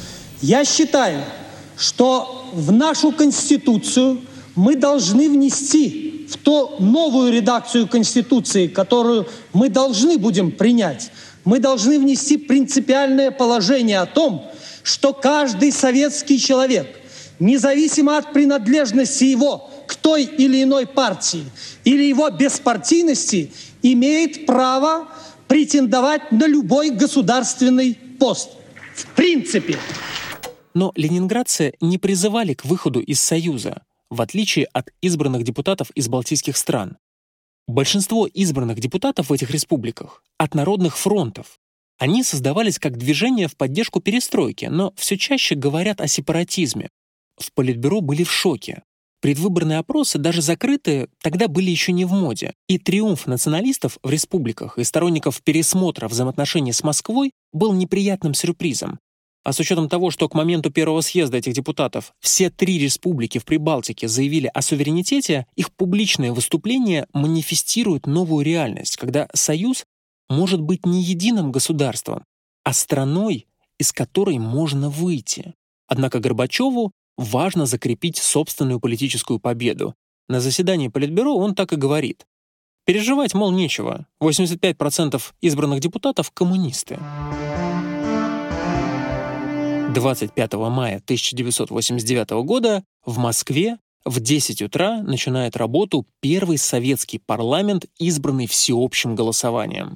Я считаю, что в нашу Конституцию мы должны внести, в ту новую редакцию Конституции, которую мы должны будем принять, мы должны внести принципиальное положение о том, что каждый советский человек, независимо от принадлежности его к той или иной партии или его беспартийности, имеет право претендовать на любой государственный пост. В принципе. Но ленинградцы не призывали к выходу из Союза, в отличие от избранных депутатов из балтийских стран. Большинство избранных депутатов в этих республиках от народных фронтов. Они создавались как движение в поддержку перестройки, но все чаще говорят о сепаратизме. в Политбюро были в шоке. Предвыборные опросы, даже закрытые, тогда были еще не в моде. И триумф националистов в республиках и сторонников пересмотра взаимоотношений с Москвой был неприятным сюрпризом. А с учетом того, что к моменту первого съезда этих депутатов все три республики в Прибалтике заявили о суверенитете, их публичные выступления манифестируют новую реальность, когда Союз может быть не единым государством, а страной, из которой можно выйти. Однако Горбачеву важно закрепить собственную политическую победу. На заседании Политбюро он так и говорит. Переживать, мол, нечего. восемьдесят пять процентов избранных депутатов — коммунисты. двадцать пятого мая тысяча девятьсот восемьдесят девятого года в Москве в десять утра начинает работу первый советский парламент, избранный всеобщим голосованием.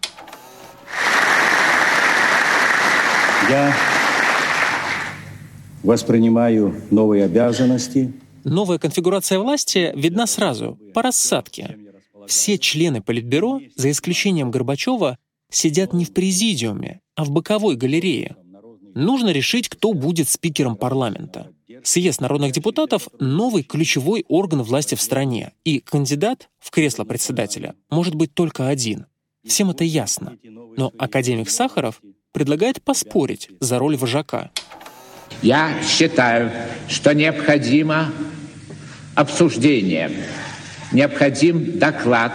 Я воспринимаю новые обязанности. Новая конфигурация власти видна сразу, по рассадке. Все члены Политбюро, за исключением Горбачева, сидят не в президиуме, а в боковой галерее. Нужно решить, кто будет спикером парламента. Съезд народных депутатов — новый ключевой орган власти в стране, и кандидат в кресло председателя может быть только один. Всем это ясно. Но академик Сахаров предлагает поспорить за роль вожака. Я считаю, что необходимо обсуждение, необходим доклад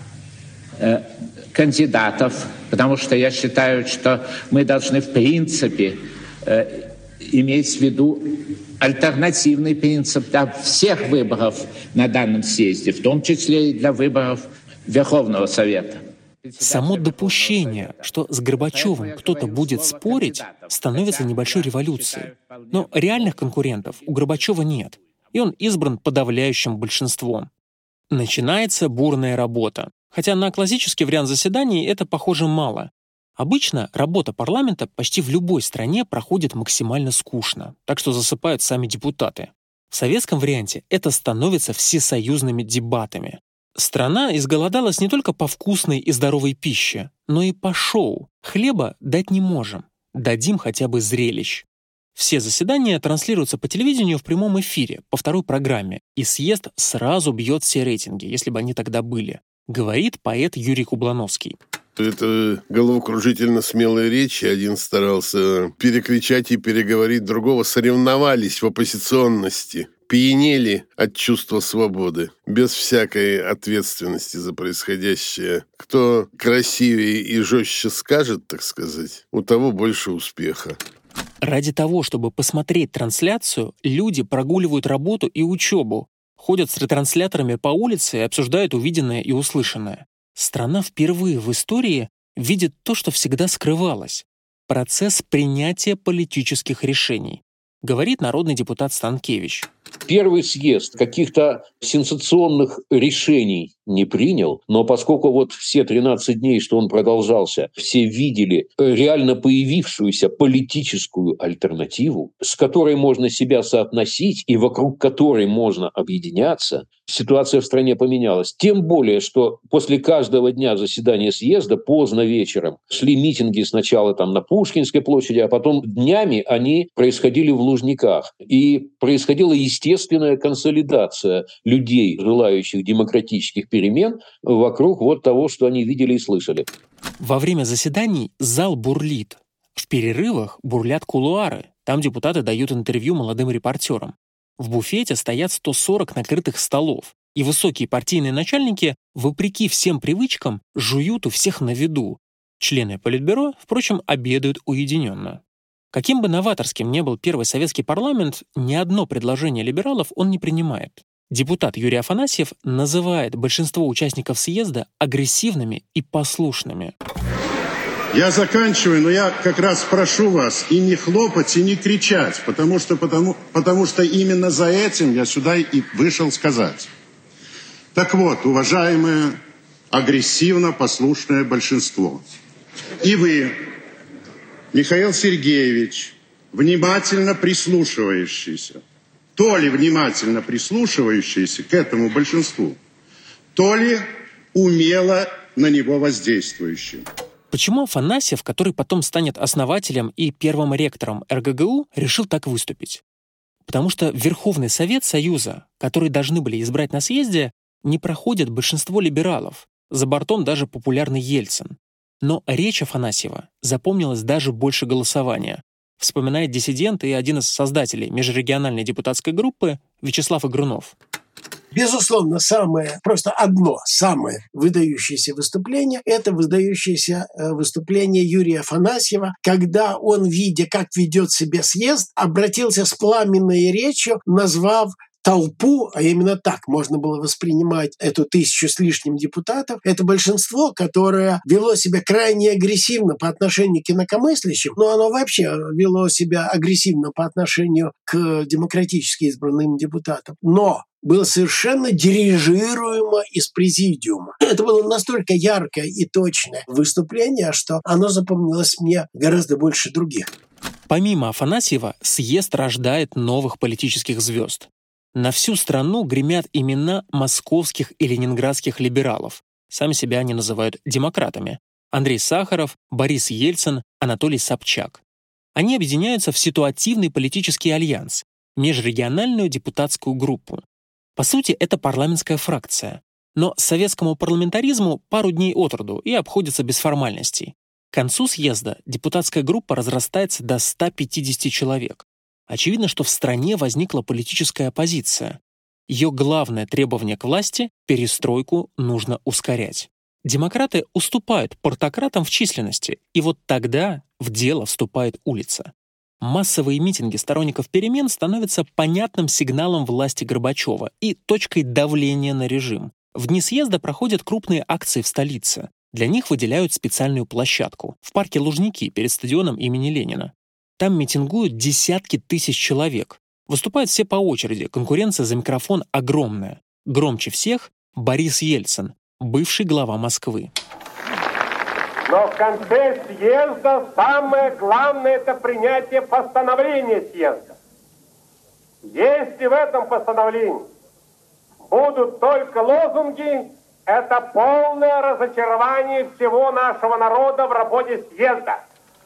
э, кандидатов, потому что я считаю, что мы должны в принципе э, иметь в виду альтернативный принцип для всех выборов на данном съезде, в том числе и для выборов Верховного Совета. Само допущение, что с Горбачевым кто-то будет спорить, становится небольшой революцией. Но реальных конкурентов у Горбачева нет, и он избран подавляющим большинством. Начинается бурная работа. Хотя на классический вариант заседаний это, похоже, мало. Обычно работа парламента почти в любой стране проходит максимально скучно, так что засыпают сами депутаты. В советском варианте это становится всесоюзными дебатами. Страна изголодалась не только по вкусной и здоровой пище, но и по шоу. Хлеба дать не можем. Дадим хотя бы зрелищ. Все заседания транслируются по телевидению в прямом эфире, по второй программе, и съезд сразу бьет все рейтинги, если бы они тогда были, говорит поэт Юрий Кублановский. Это головокружительно смелые речи. Один старался перекричать и переговорить другого. Соревновались в оппозиционности. Пьянели от чувства свободы. Без всякой ответственности за происходящее. Кто красивее и жестче скажет, так сказать, у того больше успеха. Ради того, чтобы посмотреть трансляцию, люди прогуливают работу и учебу, ходят с ретрансляторами по улице и обсуждают увиденное и услышанное. Страна впервые в истории видит то, что всегда скрывалось — процесс принятия политических решений, говорит народный депутат Станкевич. Первый съезд каких-то сенсационных решений не принял, но поскольку вот все тринадцать дней, что он продолжался, все видели реально появившуюся политическую альтернативу, с которой можно себя соотносить и вокруг которой можно объединяться, ситуация в стране поменялась. Тем более, что после каждого дня заседания съезда поздно вечером шли митинги сначала там на Пушкинской площади, а потом днями они происходили в Лужниках. И происходила естественная консолидация людей, желающих демократических перемен, вокруг вот того, что они видели и слышали. Во время заседаний зал бурлит. В перерывах бурлят кулуары. Там депутаты дают интервью молодым репортерам. В буфете стоят сто сорок накрытых столов. И высокие партийные начальники, вопреки всем привычкам, жуют у всех на виду. Члены Политбюро, впрочем, обедают уединенно. Каким бы новаторским ни был первый советский парламент, ни одно предложение либералов он не принимает. Депутат Юрий Афанасьев называет большинство участников съезда агрессивными и послушными. Я заканчиваю, но я как раз прошу вас и не хлопать, и не кричать, потому что, потому, потому что именно за этим я сюда и вышел сказать. Так вот, уважаемое агрессивно-послушное большинство, и вы, Михаил Сергеевич, внимательно прислушивающийся, то ли внимательно прислушивающийся к этому большинству, то ли умело на него воздействующий. Почему Афанасьев, который потом станет основателем и первым ректором эр гэ гэ у, решил так выступить? Потому что Верховный Совет Союза, который должны были избрать на съезде, не проходит большинство либералов, за бортом даже популярный Ельцин. Но речь Афанасьева запомнилась даже больше голосования, вспоминает диссидент и один из создателей межрегиональной депутатской группы Вячеслав Игрунов. Безусловно, самое, просто одно самое выдающееся выступление – это выдающееся выступление Юрия Афанасьева, когда он, видя, как ведет себя съезд, обратился с пламенной речью, назвав толпу, а именно так можно было воспринимать эту тысячу с лишним депутатов, это большинство, которое вело себя крайне агрессивно по отношению к инакомыслящим, но оно вообще вело себя агрессивно по отношению к демократически избранным депутатам. Но было совершенно дирижируемо из президиума. Это было настолько яркое и точное выступление, что оно запомнилось мне гораздо больше других. Помимо Афанасьева, съезд рождает новых политических звезд. На всю страну гремят имена московских и ленинградских либералов. Сами себя они называют демократами. Андрей Сахаров, Борис Ельцин, Анатолий Собчак. Они объединяются в ситуативный политический альянс, межрегиональную депутатскую группу. По сути, это парламентская фракция. Но советскому парламентаризму пару дней от роду и обходится без формальностей. К концу съезда депутатская группа разрастается до ста пятидесяти человек. Очевидно, что в стране возникла политическая оппозиция. Ее главное требование к власти – перестройку нужно ускорять. Демократы уступают партократам в численности, и вот тогда в дело вступает улица. Массовые митинги сторонников перемен становятся понятным сигналом власти Горбачева и точкой давления на режим. В дни съезда проходят крупные акции в столице. Для них выделяют специальную площадку в парке Лужники перед стадионом имени Ленина. Там митингуют десятки тысяч человек. Выступают все по очереди, конкуренция за микрофон огромная. Громче всех Борис Ельцин, бывший глава Москвы. Но в конце съезда самое главное – это принятие постановления съезда. Если в этом постановлении будут только лозунги, это полное разочарование всего нашего народа в работе съезда.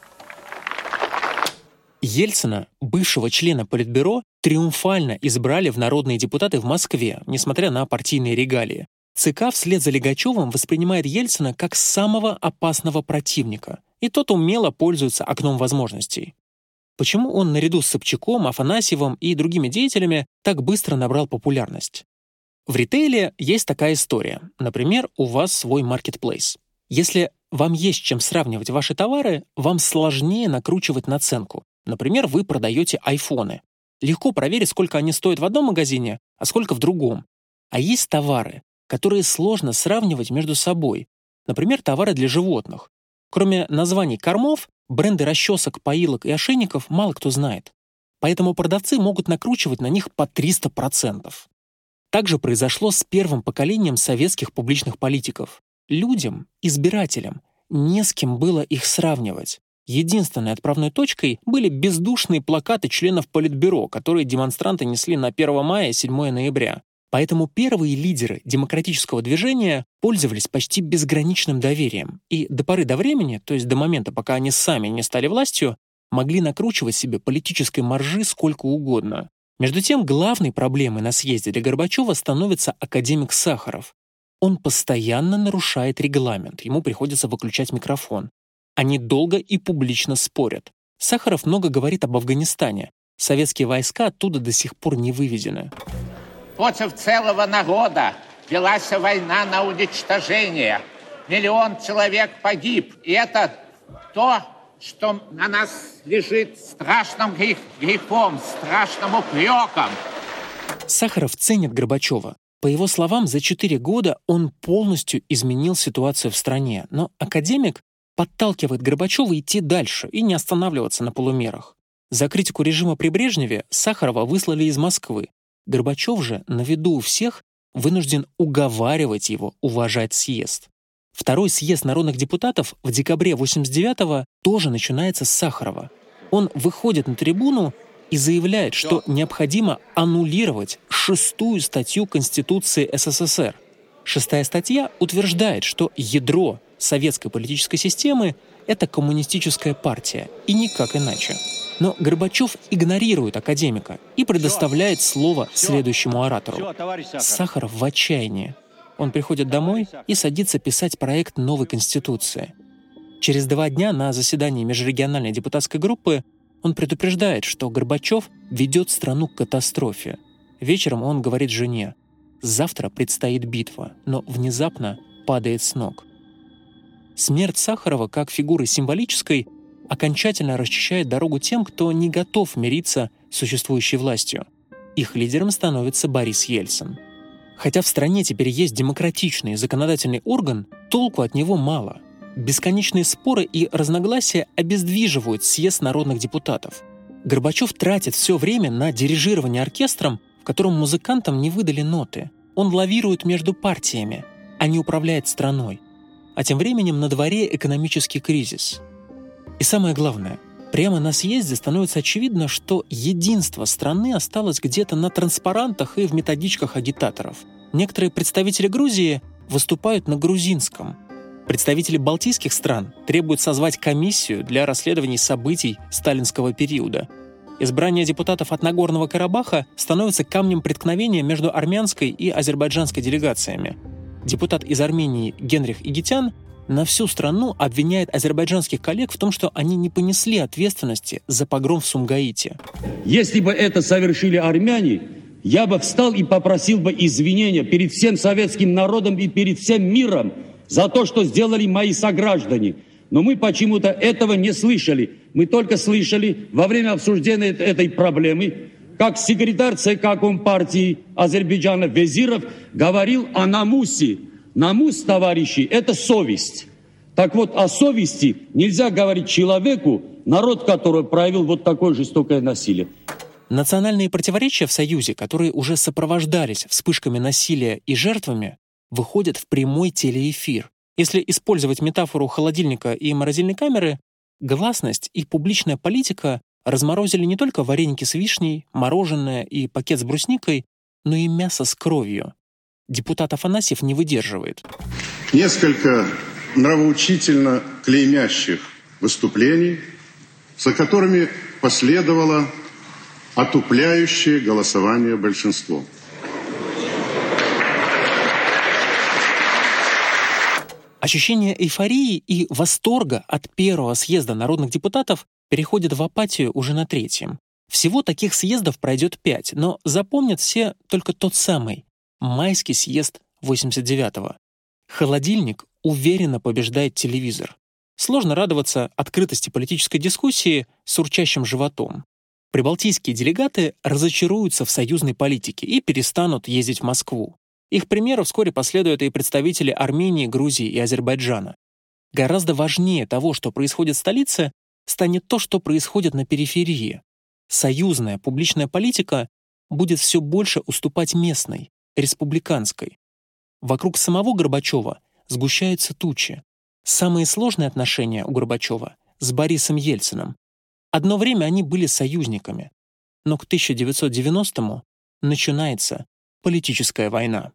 Ельцина, бывшего члена Политбюро, триумфально избрали в народные депутаты в Москве, несмотря на партийные регалии. ЦК вслед за Лигачевым воспринимает Ельцина как самого опасного противника, и тот умело пользуется окном возможностей. Почему он наряду с Собчаком, Афанасьевым и другими деятелями так быстро набрал популярность? В ритейле есть такая история. Например, у вас свой маркетплейс. Если вам есть чем сравнивать ваши товары, вам сложнее накручивать наценку. Например, вы продаете айфоны. Легко проверить, сколько они стоят в одном магазине, а сколько в другом. А есть товары, которые сложно сравнивать между собой. Например, товары для животных. Кроме названий кормов, бренды расчесок, поилок и ошейников мало кто знает. Поэтому продавцы могут накручивать на них по триста процентов. Так же произошло с первым поколением советских публичных политиков. Людям, избирателям, не с кем было их сравнивать. Единственной отправной точкой были бездушные плакаты членов Политбюро, которые демонстранты несли на первое мая и седьмое ноября. Поэтому первые лидеры демократического движения пользовались почти безграничным доверием и до поры до времени, то есть до момента, пока они сами не стали властью, могли накручивать себе политической маржи сколько угодно. Между тем, главной проблемой на съезде для Горбачева становится академик Сахаров. Он постоянно нарушает регламент, ему приходится выключать микрофон. Они долго и публично спорят. Сахаров много говорит об Афганистане. Советские войска оттуда до сих пор не выведены. Против целого народа велась война на уничтожение. Миллион человек погиб. И это то, что на нас лежит страшным грех, грехом, страшным упреком. Сахаров ценит Горбачева. По его словам, за четыре года он полностью изменил ситуацию в стране. Но академик подталкивает Горбачева идти дальше и не останавливаться на полумерах. За критику режима при Брежневе Сахарова выслали из Москвы. Горбачев же на виду у всех вынужден уговаривать его уважать съезд. Второй съезд народных депутатов в декабре восемьдесят девятого тоже начинается с Сахарова. Он выходит на трибуну и заявляет, что необходимо аннулировать шестую статью Конституции СССР. Шестая статья утверждает, что ядро советской политической системы – это коммунистическая партия, и никак иначе. Но Горбачев игнорирует академика и предоставляет слово следующему оратору. Сахаров в отчаянии. Он приходит домой и садится писать проект новой Конституции. Через два дня на заседании межрегиональной депутатской группы он предупреждает, что Горбачев ведет страну к катастрофе. Вечером он говорит жене: «Завтра предстоит битва», но внезапно падает с ног. Смерть Сахарова как фигуры символической окончательно расчищает дорогу тем, кто не готов мириться с существующей властью. Их лидером становится Борис Ельцин. Хотя в стране теперь есть демократичный законодательный орган, толку от него мало. Бесконечные споры и разногласия обездвиживают съезд народных депутатов. Горбачев тратит все время на дирижирование оркестром, в котором музыкантам не выдали ноты. Он лавирует между партиями, а не управляет страной. А тем временем на дворе экономический кризис. И самое главное, прямо на съезде становится очевидно, что единство страны осталось где-то на транспарантах и в методичках агитаторов. Некоторые представители Грузии выступают на грузинском. Представители балтийских стран требуют созвать комиссию для расследований событий сталинского периода. Избрание депутатов от Нагорного Карабаха становится камнем преткновения между армянской и азербайджанской делегациями. Депутат из Армении Генрих Игитян на всю страну обвиняет азербайджанских коллег в том, что они не понесли ответственности за погром в Сумгаите. Если бы это совершили армяне, я бы встал и попросил бы извинения перед всем советским народом и перед всем миром за то, что сделали мои сограждане. Но мы почему-то этого не слышали. Мы только слышали во время обсуждения этой проблемы, как секретарь ЦК Компартии Азербайджана Везиров говорил о намусе. Намус, товарищи, это совесть. Так вот, о совести нельзя говорить человеку, народ которого проявил вот такое жестокое насилие. Национальные противоречия в Союзе, которые уже сопровождались вспышками насилия и жертвами, выходят в прямой телеэфир. Если использовать метафору холодильника и морозильной камеры, гласность и публичная политика разморозили не только вареники с вишней, мороженое и пакет с брусникой, но и мясо с кровью. Депутат Афанасьев не выдерживает. Несколько нравоучительно клеймящих выступлений, за которыми последовало отупляющее голосование большинством. Ощущение эйфории и восторга от первого съезда народных депутатов переходит в апатию уже на третьем. Всего таких съездов пройдет пять, но запомнят все только тот самый — майский съезд восемьдесят девятого. Холодильник уверенно побеждает телевизор. Сложно радоваться открытости политической дискуссии с урчащим животом. Прибалтийские делегаты разочаруются в союзной политике и перестанут ездить в Москву. Их примеру вскоре последуют и представители Армении, Грузии и Азербайджана. Гораздо важнее того, что происходит в столице, станет то, что происходит на периферии. Союзная публичная политика будет все больше уступать местной, республиканской. Вокруг самого Горбачева сгущаются тучи. Самые сложные отношения у Горбачева с Борисом Ельциным. Одно время они были союзниками, но к тысяча девятьсот девяностому начинается политическая война.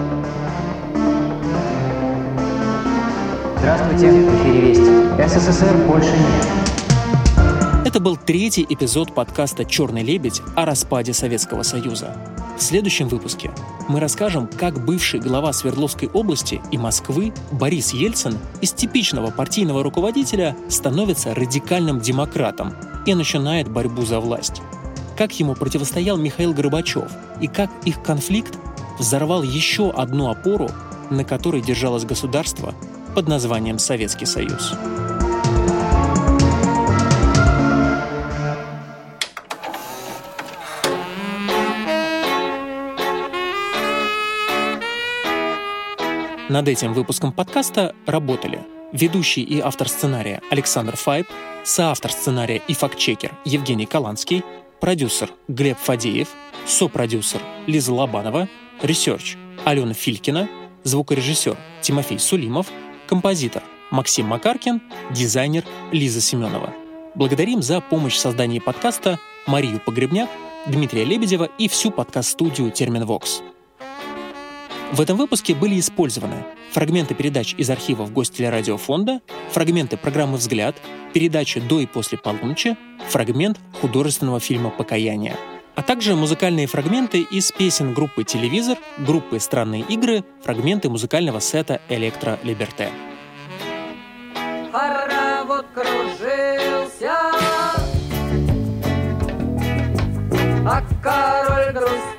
Здравствуйте, в эфире Вести. СССР больше нет. Это был третий эпизод подкаста «Черный лебедь» о распаде Советского Союза. В следующем выпуске мы расскажем, как бывший глава Свердловской области и Москвы Борис Ельцин из типичного партийного руководителя становится радикальным демократом и начинает борьбу за власть. Как ему противостоял Михаил Горбачев и как их конфликт взорвал еще одну опору, на которой держалось государство под названием Советский Союз. Над этим выпуском подкаста работали ведущий и автор сценария Александр Файб, соавтор сценария и фактчекер Евгений Каланский, продюсер Глеб Фадеев, сопродюсер Лиза Лобанова, ресерч Алена Филькина, звукорежиссер Тимофей Сулимов, композитор Максим Макаркин, дизайнер Лиза Семенова. Благодарим за помощь в создании подкаста Марию Погребняк, Дмитрия Лебедева и всю подкаст-студию «Терминвокс». В этом выпуске были использованы фрагменты передач из архивов Гостелерадиофонда, фрагменты программы «Взгляд», передачи «До и после полуночи», фрагмент художественного фильма «Покаяние», а также музыкальные фрагменты из песен группы «Телевизор», группы «Странные игры», фрагменты музыкального сета «Электро Либерте». Хоровод кружился, а король грустил.